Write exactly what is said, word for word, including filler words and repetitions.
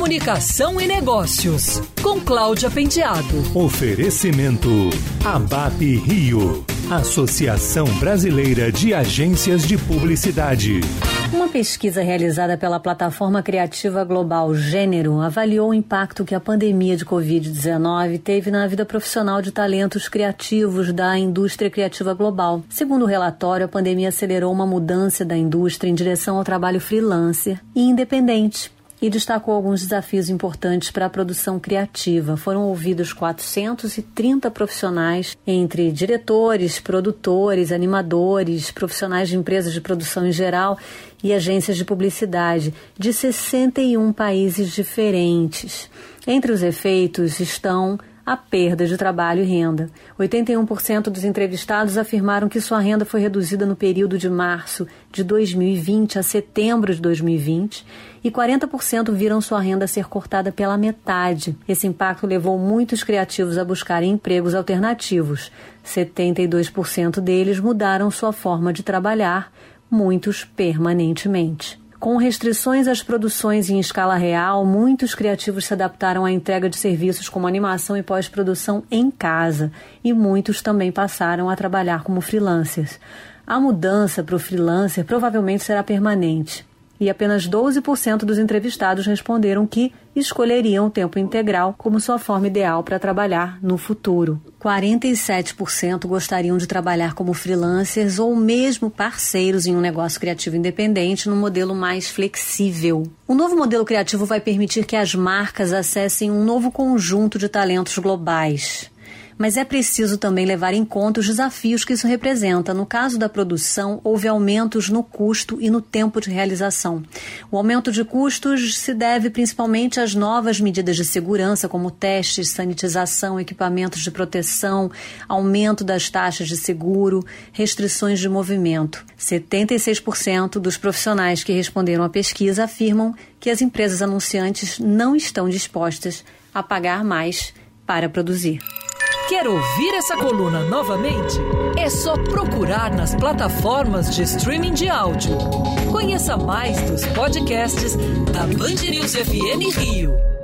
Comunicação e Negócios, com Cláudia Penteado. Oferecimento ABAP Rio, Associação Brasileira de Agências de Publicidade. Uma pesquisa realizada pela plataforma criativa global Gênero avaliou o impacto que a pandemia de covid dezenove teve na vida profissional de talentos criativos da indústria criativa global. Segundo o relatório, a pandemia acelerou uma mudança da indústria em direção ao trabalho freelancer e independente, e destacou alguns desafios importantes para a produção criativa. Foram ouvidos quatrocentos e trinta profissionais, entre diretores, produtores, animadores, profissionais de empresas de produção em geral e agências de publicidade, de sessenta e um países diferentes. Entre os efeitos estão a perda de trabalho e renda. oitenta e um por cento dos entrevistados afirmaram que sua renda foi reduzida no período de março de dois mil e vinte a setembro de dois mil e vinte e quarenta por cento viram sua renda ser cortada pela metade. Esse impacto levou muitos criativos a buscarem empregos alternativos. setenta e dois por cento deles mudaram sua forma de trabalhar, muitos permanentemente. Com restrições às produções em escala real, muitos criativos se adaptaram à entrega de serviços como animação e pós-produção em casa, e muitos também passaram a trabalhar como freelancers. A mudança para o freelancer provavelmente será permanente, e apenas doze por cento dos entrevistados responderam que escolheriam o tempo integral como sua forma ideal para trabalhar no futuro. quarenta e sete por cento gostariam de trabalhar como freelancers ou mesmo parceiros em um negócio criativo independente num modelo mais flexível. O novo modelo criativo vai permitir que as marcas acessem um novo conjunto de talentos globais. Mas é preciso também levar em conta os desafios que isso representa. No caso da produção, houve aumentos no custo e no tempo de realização. O aumento de custos se deve principalmente às novas medidas de segurança, como testes, sanitização, equipamentos de proteção, aumento das taxas de seguro, restrições de movimento. setenta e seis por cento dos profissionais que responderam à pesquisa afirmam que as empresas anunciantes não estão dispostas a pagar mais para produzir. Quer ouvir essa coluna novamente? É só procurar nas plataformas de streaming de áudio. Conheça mais dos podcasts da Band News F M Rio.